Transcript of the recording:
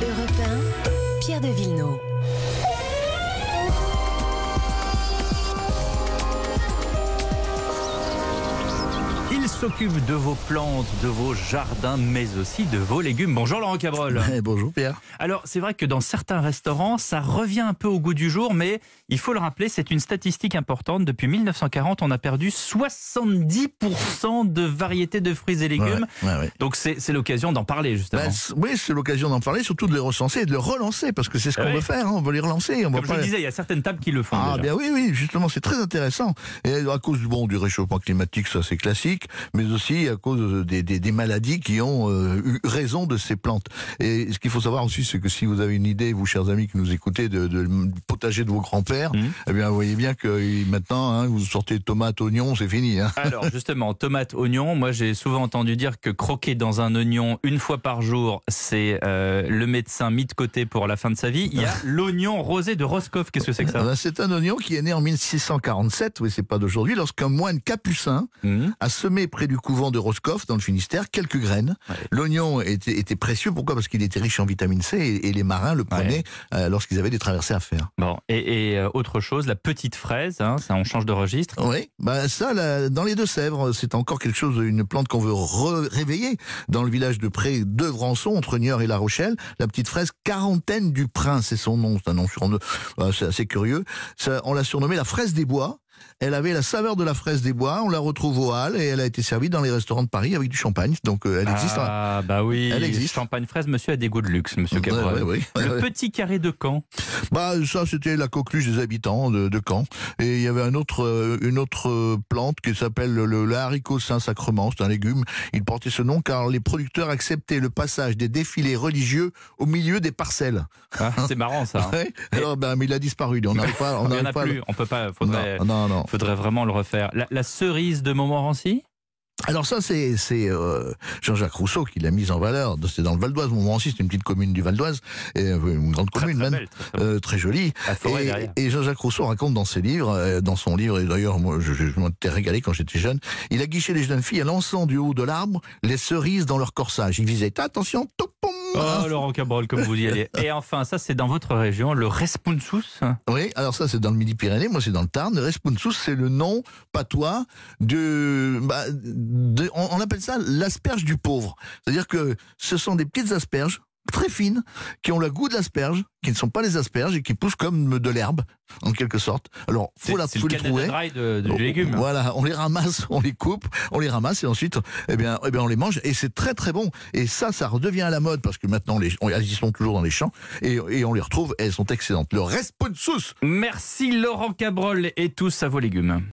Europe 1, Pierre de Villeneuve. Il s'occupe de vos plantes, de vos jardins, mais aussi de vos légumes. Bonjour Laurent Cabrol. Bonjour Pierre. Alors c'est vrai que dans certains restaurants, ça revient un peu au goût du jour, mais il faut le rappeler, c'est une statistique importante. Depuis 1940, on a perdu 70% de variétés de fruits et légumes. Ouais. Donc c'est l'occasion d'en parler justement. Oui, c'est l'occasion d'en parler, surtout de les recenser et de les relancer, parce que c'est ce qu'on veut faire, on veut les relancer. Comme je le disais, il y a certaines tables qui le font déjà. Bien oui, justement, c'est très intéressant. Et à cause du réchauffement climatique, ça c'est classique, mais aussi à cause des maladies qui ont eu raison de ces plantes. Et ce qu'il faut savoir aussi, c'est que si vous avez une idée, vous chers amis qui nous écoutez, de potager de vos grands-pères, eh bien vous voyez bien que maintenant, vous sortez tomates, oignons, c'est fini. Alors justement, tomates, oignons, moi j'ai souvent entendu dire que croquer dans un oignon une fois par jour, c'est le médecin mis de côté pour la fin de sa vie. Il y a l'oignon rosé de Roscoff. Qu'est-ce que c'est que ça? C'est un oignon qui est né en 1647, oui, c'est pas d'aujourd'hui, lorsqu'un moine capucin a semé près du couvent de Roscoff, dans le Finistère, quelques graines. Ouais. L'oignon était précieux, pourquoi? Parce qu'il était riche en vitamine C et les marins le prenaient lorsqu'ils avaient des traversées à faire. Bon, et autre chose, la petite fraise, ça on change de registre. Oui, ça, dans les Deux-Sèvres, c'est encore quelque chose, une plante qu'on veut réveiller. Dans le village de près d'Euvrançon, entre Niort et La Rochelle, la petite fraise Quarantaine du Prince, c'est son nom, c'est un nom c'est assez curieux. Ça, on l'a surnommée la fraise des bois. Elle avait la saveur de la fraise des bois, on la retrouve aux Halles et elle a été servie dans les restaurants de Paris avec du champagne. Donc elle existe. Ah bah oui, elle existe. Champagne fraise, monsieur a des goûts de luxe, monsieur Cabrol. Le petit carré de Caen. Ça c'était la coqueluche des habitants de Caen. Et il y avait une autre plante qui s'appelle le haricot Saint-Sacrement, c'est un légume. Il portait ce nom car les producteurs acceptaient le passage des défilés religieux au milieu des parcelles. Ah, c'est marrant ça. Alors mais il a disparu, on n'arrive pas. Il n'y en a plus, on peut pas. Non. Faudrait vraiment le refaire. La cerise de Montmorency? Alors ça, c'est Jean-Jacques Rousseau qui l'a mise en valeur. C'est dans le Val d'Oise. Montmorency, c'est une petite commune du Val d'Oise, une grande commune même, très jolie. Et Jean-Jacques Rousseau raconte dans ses livres, dans son livre, et d'ailleurs moi je m'étais régalé quand j'étais jeune, il a guiché les jeunes filles en lançant du haut de l'arbre les cerises dans leur corsage. Il visait, attention, topom. Oh, Laurent Cabrol, comme vous y allez. Et enfin, ça c'est dans votre région, le responsus. Oui, alors ça c'est dans le Midi-Pyrénées, moi c'est dans le Tarn. Le responsus, c'est le nom patois on appelle ça l'asperge du pauvre. C'est-à-dire que ce sont des petites asperges très fines, qui ont le goût de l'asperge, qui ne sont pas les asperges et qui poussent comme de l'herbe, en quelque sorte. Alors, faut les trouver. Du légume. Voilà, on les ramasse, on les coupe, on les ramasse et ensuite, on les mange et c'est très très bon. Et ça redevient à la mode parce que maintenant, elles y sont toujours dans les champs et on les retrouve et elles sont excellentes. Le responsus. Merci Laurent Cabrol et tous à vos légumes.